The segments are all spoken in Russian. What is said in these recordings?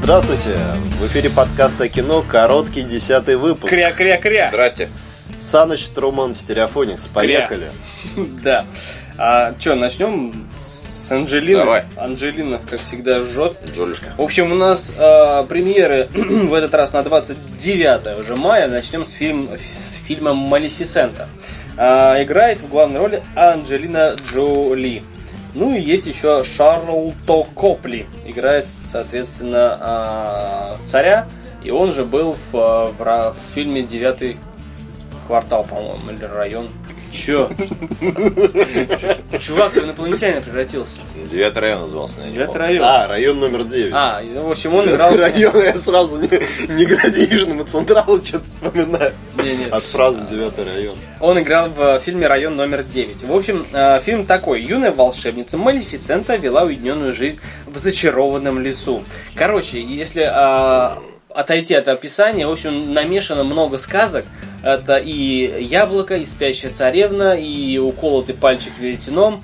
Здравствуйте! В эфире подкаста «Кино», короткий 10-й выпуск. Кря-кря-кря! Здрасте. Саныч, Труман, Стереофоникс. Поехали! Да. Начнем с Анджелины. Давай. Анджелина, как всегда, жжет. Джолюшка. В общем, у нас премьеры в этот раз на 29 уже мая. Начнем с фильма «Малефисента». Играет в главной роли Анджелина Джоли. Ну и есть еще Шарлотта Копли. Играет, соответственно, царя. И он же был в фильме «Девятый квартал», по-моему, или «Район». Чё? Чувак в инопланетянина превратился. 9 район назывался. 9 район. Район номер 9. В общем, он играл... Район, я сразу не Градиижному Централу что-то вспоминаю. Не. От фразы 9 район. Он играл в фильме «Район номер 9». В общем, фильм такой. Юная волшебница Малефисента вела уединенную жизнь в зачарованном лесу. Короче, если отойти от описания, в общем, намешано много сказок. Это и яблоко, и спящая царевна, и уколотый пальчик веретеном,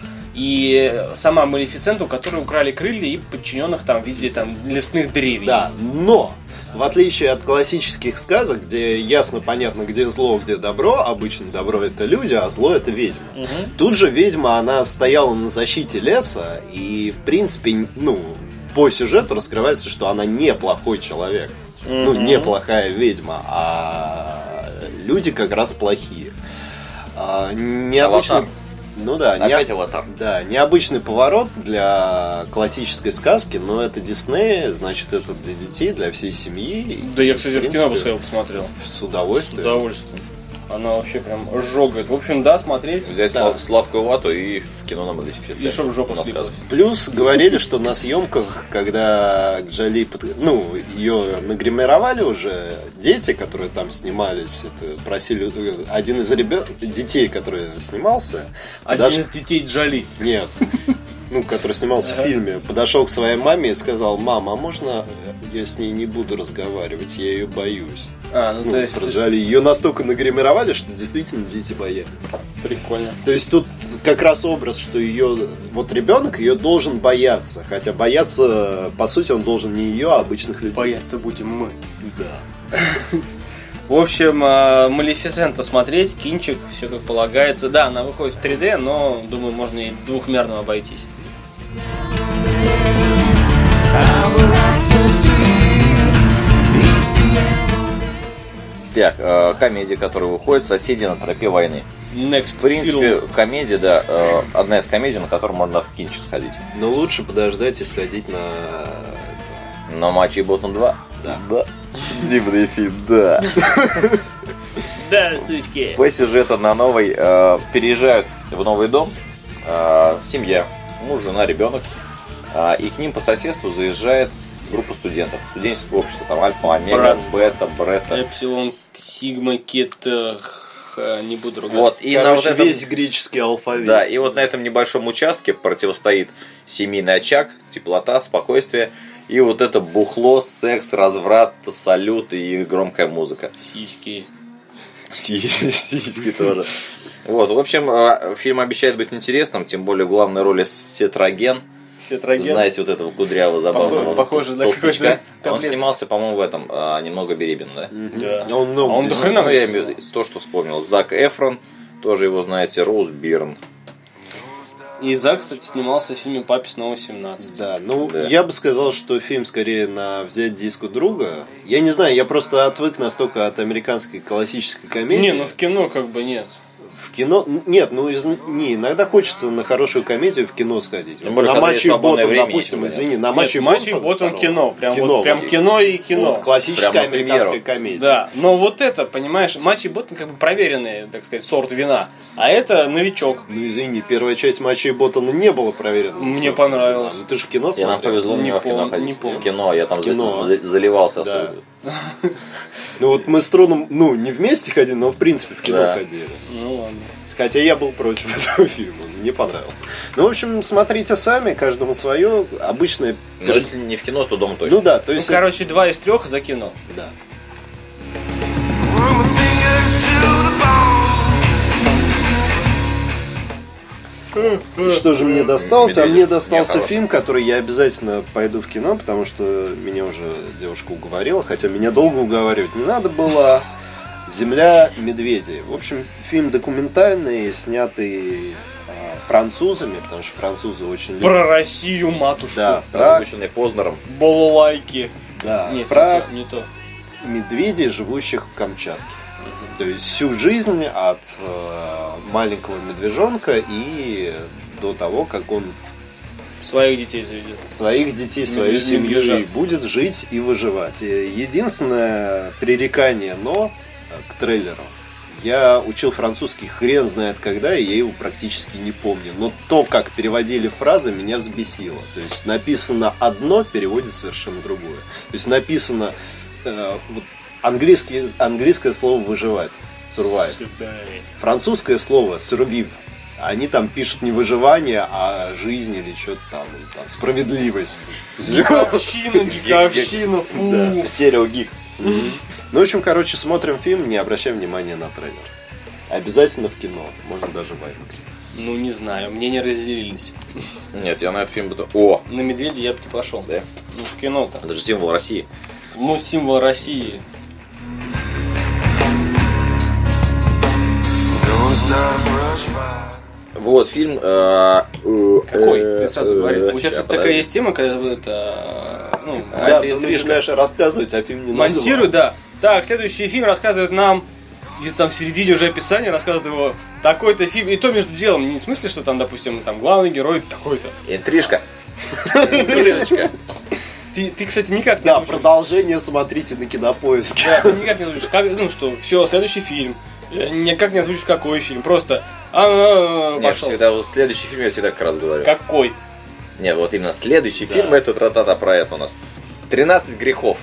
и сама Малефисента, у которой украли крылья, и подчиненных там в виде лесных деревьев. Да, но в отличие от классических сказок, где ясно понятно, где зло, где добро, обычно добро это люди, а зло это ведьма. Тут же ведьма, она стояла на защите леса, и в принципе, по сюжету раскрывается, что она неплохой человек. Неплохая ведьма, а люди как раз плохие. Необычный... Опять аватар. Да, необычный поворот для классической сказки, но это Дисней, значит, это для детей, для всей семьи. Да, я, кстати, в кино бы сходил посмотрел. С удовольствием. С удовольствием. Она вообще прям жогает. В общем, да, смотреть. Взять сладкую вату и в кино на Малефисенте. И чтоб жопу слипалась. Плюс говорили, что на съемках, когда Джоли, ее нагримировали уже, дети, которые там снимались, просили, один из детей, который снимался. Один из детей Джоли. Нет. Который снимался в фильме, подошел к своей маме и сказал: «Мама, а можно я с ней не буду разговаривать, я ее боюсь». То есть... Проджали. Ее настолько нагримировали, что действительно дети боялись. Прикольно. То есть тут как раз образ, что ее, ребенок ее должен бояться. Хотя бояться, по сути, он должен не ее, а обычных людей. Бояться будем мы. Да. В общем, Малефисенту смотреть, кинчик, все как полагается. Да, она выходит в 3D, но, думаю, можно и двухмерно обойтись. Так, комедия, которая выходит, «Соседи на тропе войны». Next В принципе, film. комедия, да, одна из комедий, на которую можно в кинчик сходить. Но лучше подождать и сходить на... Но «Мачо и Ботан 2». Да. Дивный фильм, да. Да, сучки. По сюжету на новый переезжают в новый дом, семья, муж, жена, ребенок, и к ним по соседству заезжает группа студентов, студенческое общество, там альфа, омега, Братство. бета, брета. Эпсилон, сигма, кета, не буду ругаться. Вот, и на вот этом, весь греческий алфавит. да, и вот на этом небольшом участке противостоит семейный очаг, теплота, спокойствие, и вот это бухло, секс, разврат, салют и громкая музыка. Сиськи. Сиськи тоже. Вот, в общем, фильм обещает быть интересным, тем более в главной роли Сет Роген. Знаете, вот этого кудрявого, забавного похоже на толстячка. какой-то Он снимался, по-моему, в этом «Немного беременный», да? Да. Он до хрена. Я имею в виду то, что вспомнил. Зак Эфрон, тоже его знаете, Роуз Бирн. И Зак, кстати, снимался в фильме «Папе снова 17». Да, Да. я бы сказал, что фильм скорее на взять диск у друга. Я не знаю, я просто отвык настолько от американской классической комедии. В кино как бы нет. В кино... Нет, иногда хочется на хорошую комедию в кино сходить. Тем более, на когда Мачо есть и свободное Ботан, время, допустим, если извини, на Нет, Мачо и Мачо и Ботан кино. Прям кино и кино. Вот, классическая Прям на американская премьеру. комедия. Да, но вот это, понимаешь, Мачо и Ботан как бы проверенный, так сказать, сорт вина. А это новичок. Извини, первая часть Мачо и Ботана не была проверена. Мне понравилось. Ты же в кино И нам смотрел? повезло Не мне в кино помню, ходить. не помню. В кино, я там В кино. заливался Да. особенно. Мы с Троном, не вместе ходили, но в принципе в кино Да. ходили. Ну ладно. Хотя я был против этого фильма, мне понравился. В общем, смотрите сами, каждому свое. Обычное... Но если не в кино, то дома точно. Да, то есть... 2 из 3 за кино. Да. Что же мне достался? А мне достался хороший. фильм, который я обязательно пойду в кино, потому что меня уже девушка уговорила, хотя меня долго уговаривать не надо было. «Земля медведей». В общем, фильм документальный, снятый французами, потому что французы очень любят. Про Россию, матушку. Да, про, Озвученный Познером. Балалайки. да, Нет, про не то. медведей, живущих в Камчатке. То есть всю жизнь от маленького медвежонка и до того, как он Своих детей заведет. своих детей, свою Медведь- семью медвежат. и будет жить и выживать. И единственное пререкание «но» к трейлеру. Я учил французский хрен знает когда, и я его практически не помню. Но то, как переводили фразы, меня взбесило. То есть написано одно, переводит совершенно другое. То есть написано вот, английское слово «выживать», «survive». Французское слово «survive». Они там пишут не выживание, а жизнь или что-то там справедливость. Гиковщина, фу. Да. Стереогик. Ну, в общем, короче, смотрим фильм, не обращаем внимания на трейлер. Обязательно в кино, можно даже в IMAX. Ну, не знаю, мнения разделились. Нет, я на этот фильм буду... О! На медведя я бы не пошел. Да? Ну, в кино-то. Это же символ России. Ну, символ России. Вот фильм... Какой? Ты сразу говори. У тебя, Щас, кстати, такая подожди. есть тема, когда это... Ну, Да, это ты интрижка. начинаешь рассказывать, а фильм не монтируй, называл. да. Так, следующий фильм рассказывает нам, где-то там в середине уже описания рассказывает его такой-то фильм. И то между делом, не в смысле, что там, допустим, там главный герой такой-то. Интрижка. Интрижечка. Ты, кстати, никак не Да, озвучишь. продолжение смотрите на Кинопоиске. Да, ты никак не озвучишь. Как, ну что, все, следующий фильм. Никак не озвучишь, какой фильм. Просто Нет, пошел. всегда вот следующий фильм я всегда как раз говорю. Какой? Нет, вот именно следующий фильм, это тра-та-та про это у нас. 13 грехов.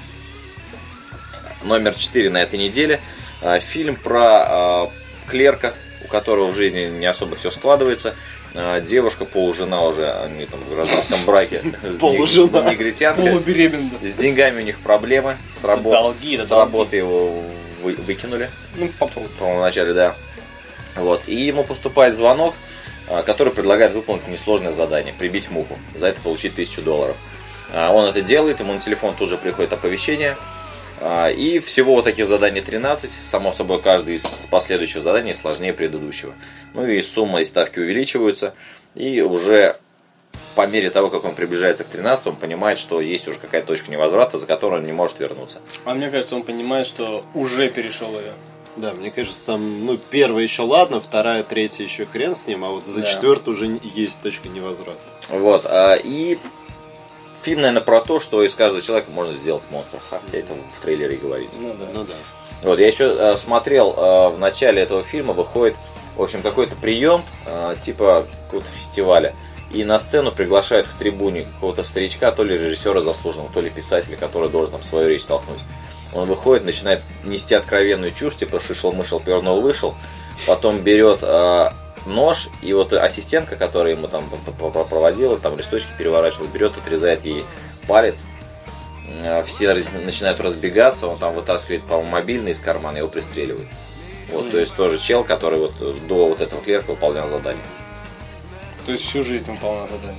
Номер 4 на этой неделе. Фильм про клерка, у которого в жизни не особо все складывается. Девушка, полужена уже, они там в гражданском браке. Полужена. Негритянка. Полубеременна. С деньгами у них проблемы. С Долги, да, с работы его выкинули. Ну, потом. По-моему, в начале, да. Вот. И ему поступает звонок, который предлагает выполнить несложное задание. Прибить муху. За это получить $1000. Он это делает, ему на телефон тут же приходит оповещение. И всего вот таких заданий 13. Само собой, каждый из последующих заданий сложнее предыдущего. Ну и сумма и ставки увеличиваются. И уже по мере того, как он приближается к 13, он понимает, что есть уже какая-то точка невозврата, за которой он не может вернуться. А мне кажется, он понимает, что уже перешел ее. Да, мне кажется, там, ну, первая еще ладно, вторая, третья еще хрен с ним, а вот за Да. четвертую уже есть точка невозврата. Вот. И фильм, наверное, про то, что из каждого человека можно сделать монстра. Хотя это в трейлере и говорится. Ну да. Ну да. Вот, я еще смотрел, в начале этого фильма выходит, в общем, какой-то прием, типа какого-то фестиваля. И на сцену приглашают к трибуне какого-то старичка, то ли режиссера заслуженного, то ли писателя, который должен там свою речь толкнуть. Он выходит, начинает нести откровенную чушь, типа шишел-мышел, пернул-вышел. Потом берет нож, и вот ассистентка, которая ему там проводила, там листочки переворачивала, берет, отрезает ей палец. Все начинают разбегаться, он там вытаскивает, по-моему, мобильный из кармана, его пристреливает. Вот, то есть тоже чел, который вот до вот этого клерка выполнял задание. То есть всю жизнь выполнял задание.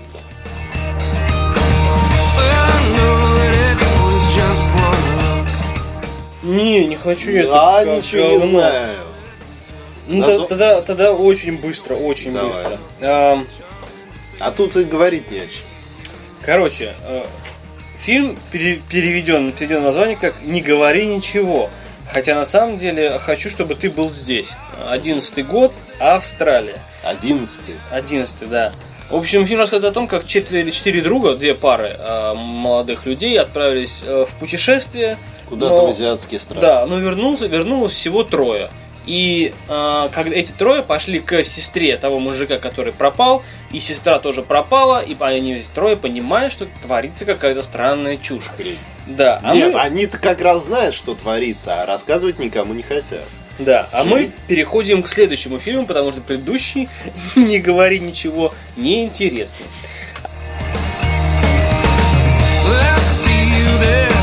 Не хочу я А, тут как ничего не говно. знаю. Ну, тогда очень быстро, очень Давай. быстро. А тут и говорить не о чем. Короче, фильм переведен название как «Не говори ничего». Хотя на самом деле хочу, чтобы ты был здесь. 11-й год, Австралия. 11-й. 11-й, да. В общем, фильм рассказывает о том, как 4 друга, 2 пары молодых людей отправились в путешествие. Куда-то в азиатские страны. Да, но вернулось всего 3. И когда эти 3 пошли к сестре того мужика, который пропал, и сестра тоже пропала, и они эти 3 понимают, что творится какая-то странная чушь. Да, Нет, они-то как раз знают, что творится, а рассказывать никому не хотят. Да, а мы переходим к следующему фильму, потому что предыдущий «Не говори ничего» неинтересный.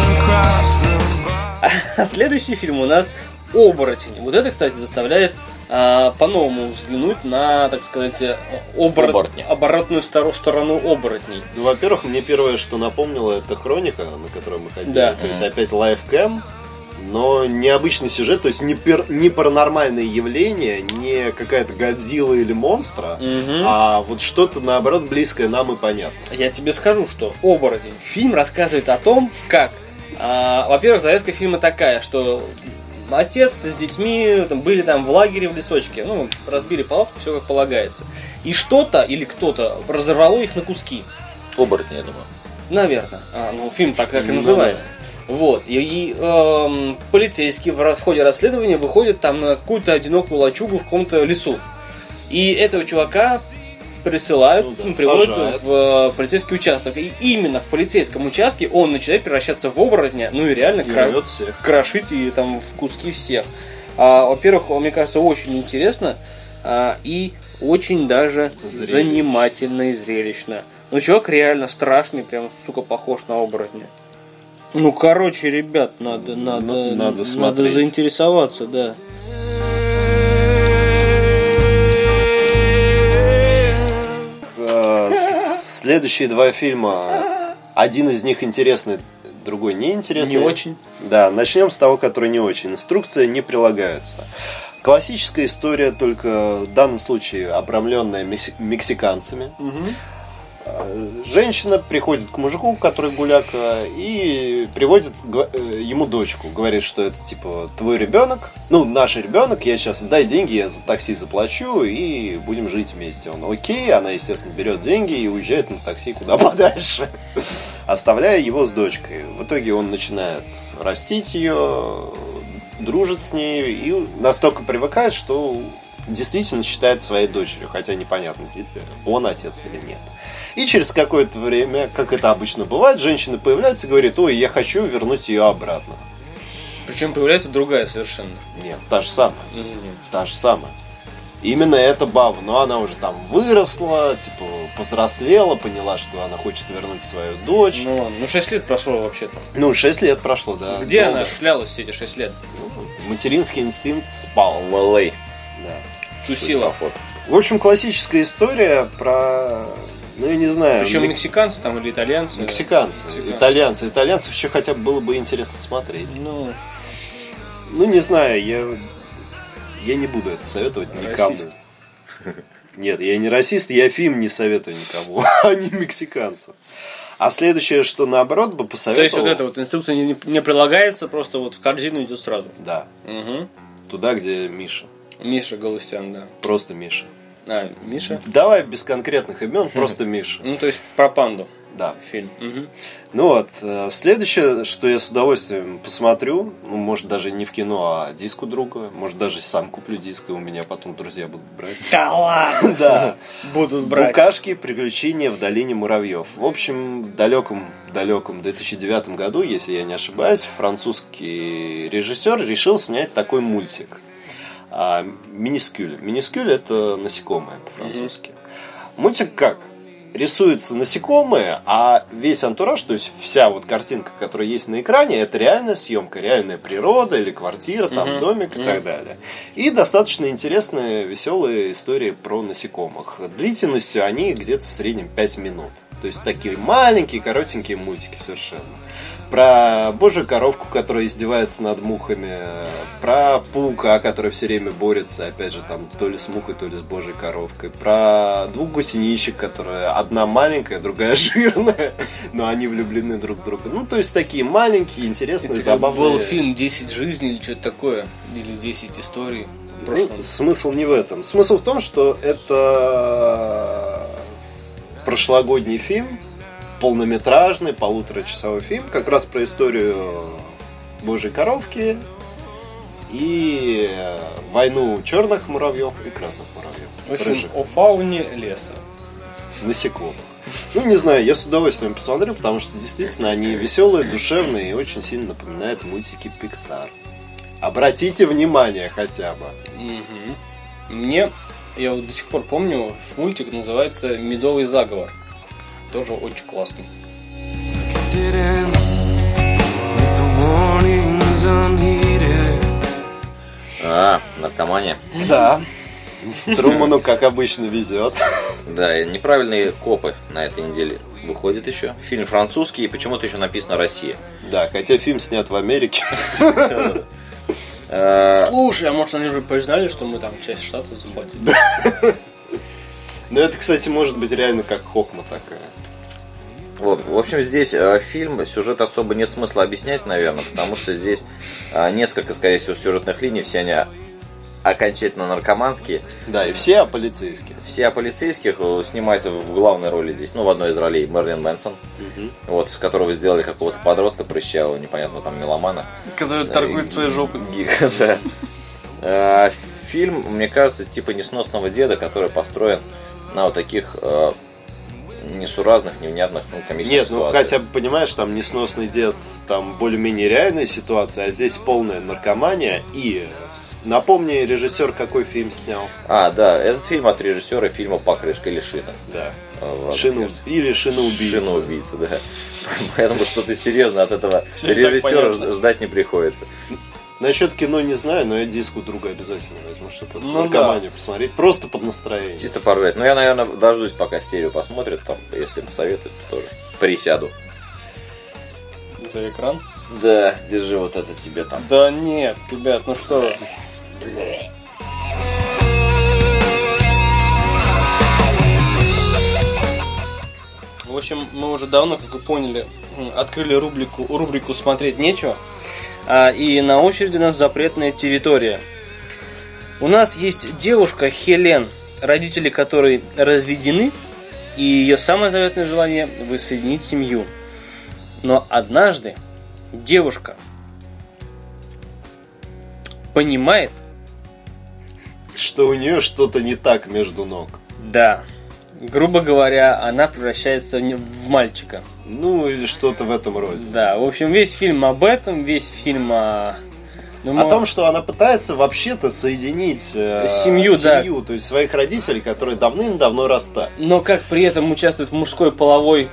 А следующий фильм у нас «Оборотень». Вот это, кстати, заставляет по-новому взглянуть на, так сказать, оборотную сторону оборотней. Ну, во-первых, мне первое, что напомнило, это хроника, на которой мы ходили. Да. То есть опять лайфкэм, но необычный сюжет, то есть не паранормальные явления, не какая-то Годзилла или монстра, а вот что-то, наоборот, близкое нам и понятно. Я тебе скажу, что «Оборотень». Фильм рассказывает о том, как... во-первых, завязка фильма такая, что отец с детьми были там в лагере в лесочке, ну, разбили палатку, все как полагается. И что-то или кто-то разорвало их на куски. Оборотни, я думаю. Наверное. Фильм так и называется. Вот. И полицейский в ходе расследования выходит там на какую-то одинокую лачугу в каком-то лесу. И этого чувака присылают, приводят в полицейский участок. И именно в полицейском участке он начинает превращаться в оборотня, ну и реально крошить и там в куски всех. Во-первых, мне кажется, очень интересно и очень даже занимательно и зрелищно. Ну, чувак реально страшный, прям, сука, похож на оборотня. Ну, короче, ребят, надо заинтересоваться, да. Следующие два фильма, один из них интересный, другой неинтересный. Не очень. Да, начнем с того, который не очень. Инструкция не прилагается. Классическая история, только в данном случае обрамленная мексиканцами. Женщина приходит к мужику, который гуляка, и приводит ему дочку. Говорит, что это типа твой ребенок, ну, наш ребенок, я сейчас дай деньги, я за такси заплачу, и будем жить вместе. Он окей, она, естественно, берет деньги и уезжает на такси куда подальше, оставляя его с дочкой. В итоге он начинает растить ее, дружит с ней и настолько привыкает, что действительно считает своей дочерью, хотя непонятно, он отец или нет. И через какое-то время, как это обычно бывает, женщина появляется и говорит: ой, я хочу вернуть ее обратно. Причем появляется другая совершенно. Нет, та же самая. Та же самая. Именно эта баба, но она уже там выросла, типа повзрослела, поняла, что она хочет вернуть свою дочь. Ну 6 лет прошло вообще-то. Ну, 6 лет прошло, да. Где она шлялась все эти 6 лет? Материнский инстинкт спал. В Л.А. Да. Тусила. В общем, классическая история про... Ну, я не знаю. Причем мексиканцы там или итальянцы? Мексиканцы. Итальянцы. Итальянцев еще хотя бы было бы интересно смотреть. Ну не знаю, я не буду это советовать никому. Расист. Нет, я не расист, я фильм не советую никому, а не мексиканцев. А следующее, что наоборот бы посоветовал... То есть вот эта вот инструкция не прилагается, просто вот в корзину идет сразу? Да. Туда, где Миша. Миша Галустян, да. Просто Миша. Миша? Давай без конкретных имен, просто Миша. Ну, то есть про панду. Да. Фильм. Ну вот, следующее, что я с удовольствием посмотрю, ну, может даже не в кино, а диск у друга, может даже сам куплю диск, и у меня потом друзья будут брать. Да ладно! Да. Будут брать. «Букашки. Приключения в долине муравьев». В общем, в далеком 2009 году, если я не ошибаюсь, французский режиссер решил снять такой мультик. Минискюль. Минискюль — это насекомое по-французски. Мультик как? Рисуются насекомые, а весь антураж, то есть вся вот картинка, которая есть на экране, это реальная съемка, реальная природа или квартира, там домик и так далее. И достаточно интересная, веселая история про насекомых. Длительностью они где-то в среднем 5 минут. То есть такие маленькие, коротенькие мультики совершенно. Про божью коровку, которая издевается над мухами, про паука, который все время борется, опять же, там, то ли с мухой, то ли с божьей коровкой, про двух гусеничек, которые одна маленькая, другая жирная, но они влюблены друг в друга. Ну, то есть такие маленькие, интересные, это забавные. Был фильм «10 жизней» или что-то такое, или «10 историй». Ну, смысл не в этом. Смысл в том, что это прошлогодний фильм, полнометражный, 1,5-часовой фильм, как раз про историю божьей коровки и войну черных муравьев и красных муравьев. В общем, о фауне леса. Насекомых. Ну, не знаю, я с удовольствием посмотрю, потому что действительно они веселые, душевные и очень сильно напоминают мультики Pixar. Обратите внимание хотя бы. Я вот до сих пор помню, мультик называется «Медовый заговор». Тоже очень классный. наркомания. Да. Труману, как обычно, везет. Да, и «Неправильные копы» на этой неделе выходит еще. Фильм французский, и почему-то еще написано «Россия». Да, хотя фильм снят в Америке. Слушай, а может они уже признали, что мы там часть штата захватили? Ну это, кстати, может быть реально как хохма такая. Вот. В общем, здесь фильм, сюжет особо нет смысла объяснять, наверное, потому что здесь несколько, скорее всего, сюжетных линий, все они окончательно наркоманские. Да, и все о полицейских. Все о полицейских. Снимается в главной роли здесь, в одной из ролей Мерлин Мэнсон, вот, с которого сделали какого-то подростка прыщавого, непонятно, там, меломана. Который торгует своей жопой. Да. Фильм, мне кажется, типа несносного деда, который построен на вот таких несуразных, невнятных, комичных Нет, ситуациях. хотя бы, понимаешь, там несносный дед, там более-менее реальная ситуация, а здесь полная наркомания. И напомни, режиссер какой фильм снял? Да, этот фильм от режиссера фильма «Покрышка» или «Шина». Да. Или «Шина-убийца». «Шина-убийца», да. Поэтому что-то серьезно от этого режиссера ждать не приходится. Насчет кино не знаю, но я диск у друга обязательно возьму, чтобы наркоманию посмотреть. Просто под настроение. Чисто поржать. Но я, наверное, дождусь, пока стерео посмотрит. Там, если посоветуют, то тоже присяду. За экран? Да, держи вот это тебе там. Да нет, ребят, ну что вы. В общем, мы уже давно, как вы поняли, открыли рубрику «Смотреть нечего». И на очереди у нас запретная территория. У нас есть девушка Хелен, родители которой разведены, и ее самое заветное желание – воссоединить семью. Но однажды девушка понимает, что у нее что-то не так между ног. Да, грубо говоря, она превращается в мальчика. Ну, или что-то в этом роде. Да, в общем, весь фильм об этом, весь фильм о том, что она пытается вообще-то соединить семью, да. То есть своих родителей, которые давным-давно расстались. Но как при этом участвует в мужской половой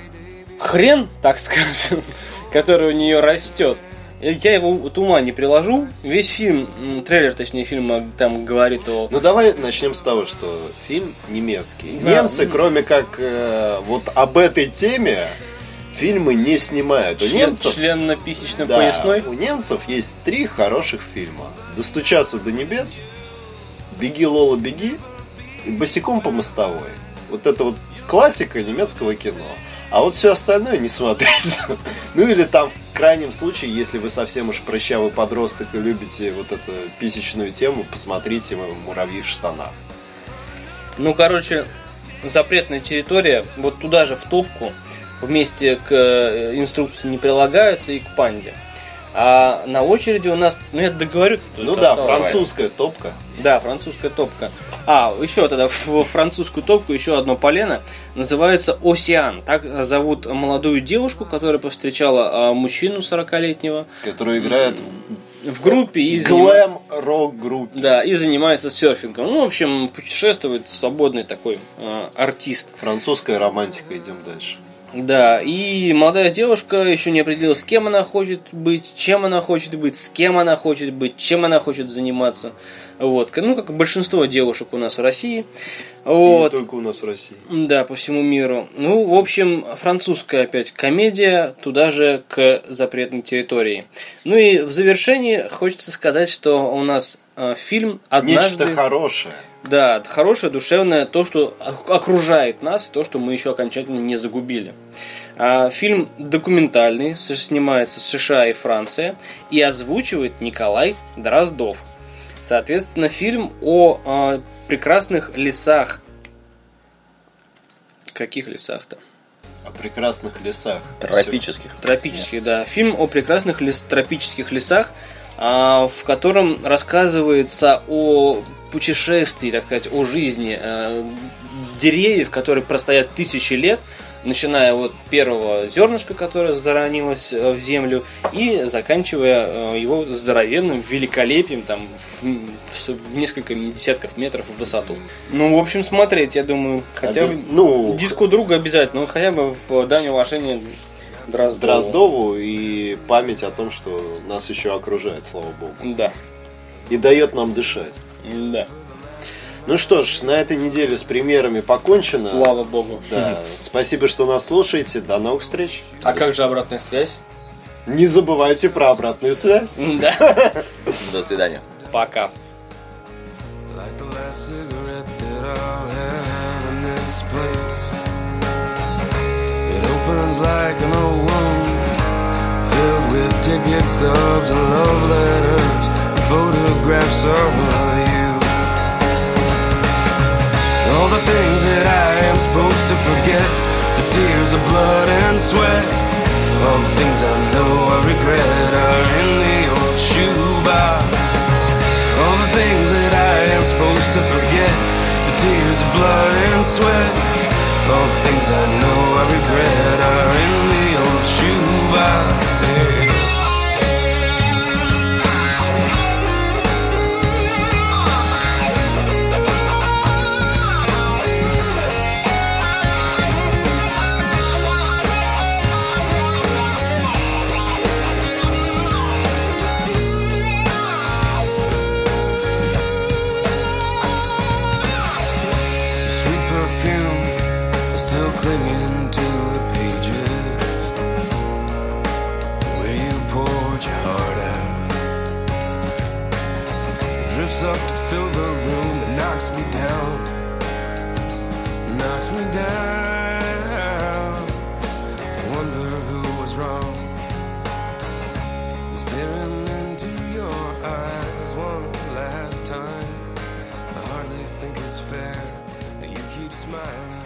хрен, так скажем, который у нее растет. Я его от ума не приложу. Весь фильм, трейлер, точнее, фильма там говорит о... Ну давай начнем с того, что фильм немецкий. Да. Немцы, кроме как вот об этой теме, фильмы не снимают. Членно-писечно-поясной? Да, у немцев есть 3 хороших фильма. «Достучаться до небес», «Беги, Лола, беги» и «Босиком по мостовой». Вот это вот классика немецкого кино. А вот все остальное не смотрите. Ну или там в крайнем случае, если вы совсем уж прыщавый подросток и любите вот эту писечную тему, посмотрите «Муравьи в штанах». Ну, короче, запретная территория, вот туда же в топку, вместе к инструкции не прилагаются и к панде. А на очереди у нас, я договорю. Ну да, французская топка. Да, французская топка. Еще тогда в французскую топку еще одно полено. Называется «Осиан». Так зовут молодую девушку, которая повстречала мужчину 40-летнего. Который играет в группе и глэм-рок-группе. Да, и занимается серфингом. Ну, в общем, путешествует свободный такой артист. Французская романтика, идем дальше. Да, и молодая девушка еще не определилась, кем она хочет быть, чем она хочет быть, с кем она хочет быть, чем она хочет заниматься. Вот. Ну, как большинство девушек у нас в России. Вот. Не только у нас в России. Да, по всему миру. Ну, в общем, французская опять комедия, туда же к запретной территории. Ну и в завершении хочется сказать, что у нас фильм «Однажды...» Нечто хорошее. Да, хорошее, душевное, то, что окружает нас, то, что мы еще окончательно не загубили. Фильм документальный, снимается в США и Франции, и озвучивает Николай Дроздов. Соответственно, фильм о прекрасных лесах. Каких лесах-то? О прекрасных лесах. Тропических. Тропических, да. Фильм о прекрасных тропических лесах, в котором рассказывается о путешествии, так сказать, о жизни деревьев, которые простоят тысячи лет, начиная от первого зернышка, которое заронилось в землю, и заканчивая его здоровенным великолепием там, в несколько десятков метров в высоту. Ну, в общем, смотреть, я думаю, хотя бы диску друга обязательно, но хотя бы в дань уважения Дроздову и память о том, что нас еще окружает, слава богу. Да. и дает нам дышать. Да. Ну что ж, на этой неделе с премьерами покончено. Слава богу. Да. Спасибо, что нас слушаете. До новых встреч. А как же обратная связь? Не забывайте про обратную связь. Да. До свидания. Пока. Like the last cigarette that I'll have in this place. It opens like an old wound, filled with ticket stubs and love letters and photographs of you. All the things that I am supposed to forget, the tears of blood and sweat. All the things I know I regret are in the old shoebox. All the things that I am supposed to forget, the tears of blood and sweat. All the things I know I regret are in the old shoebox. Yeah. Clinging to the pages where you poured your heart out. It drifts up to fill the room and knocks me down, knocks me down. I wonder who was wrong, staring into your eyes one last time. I hardly think it's fair that you keep smiling.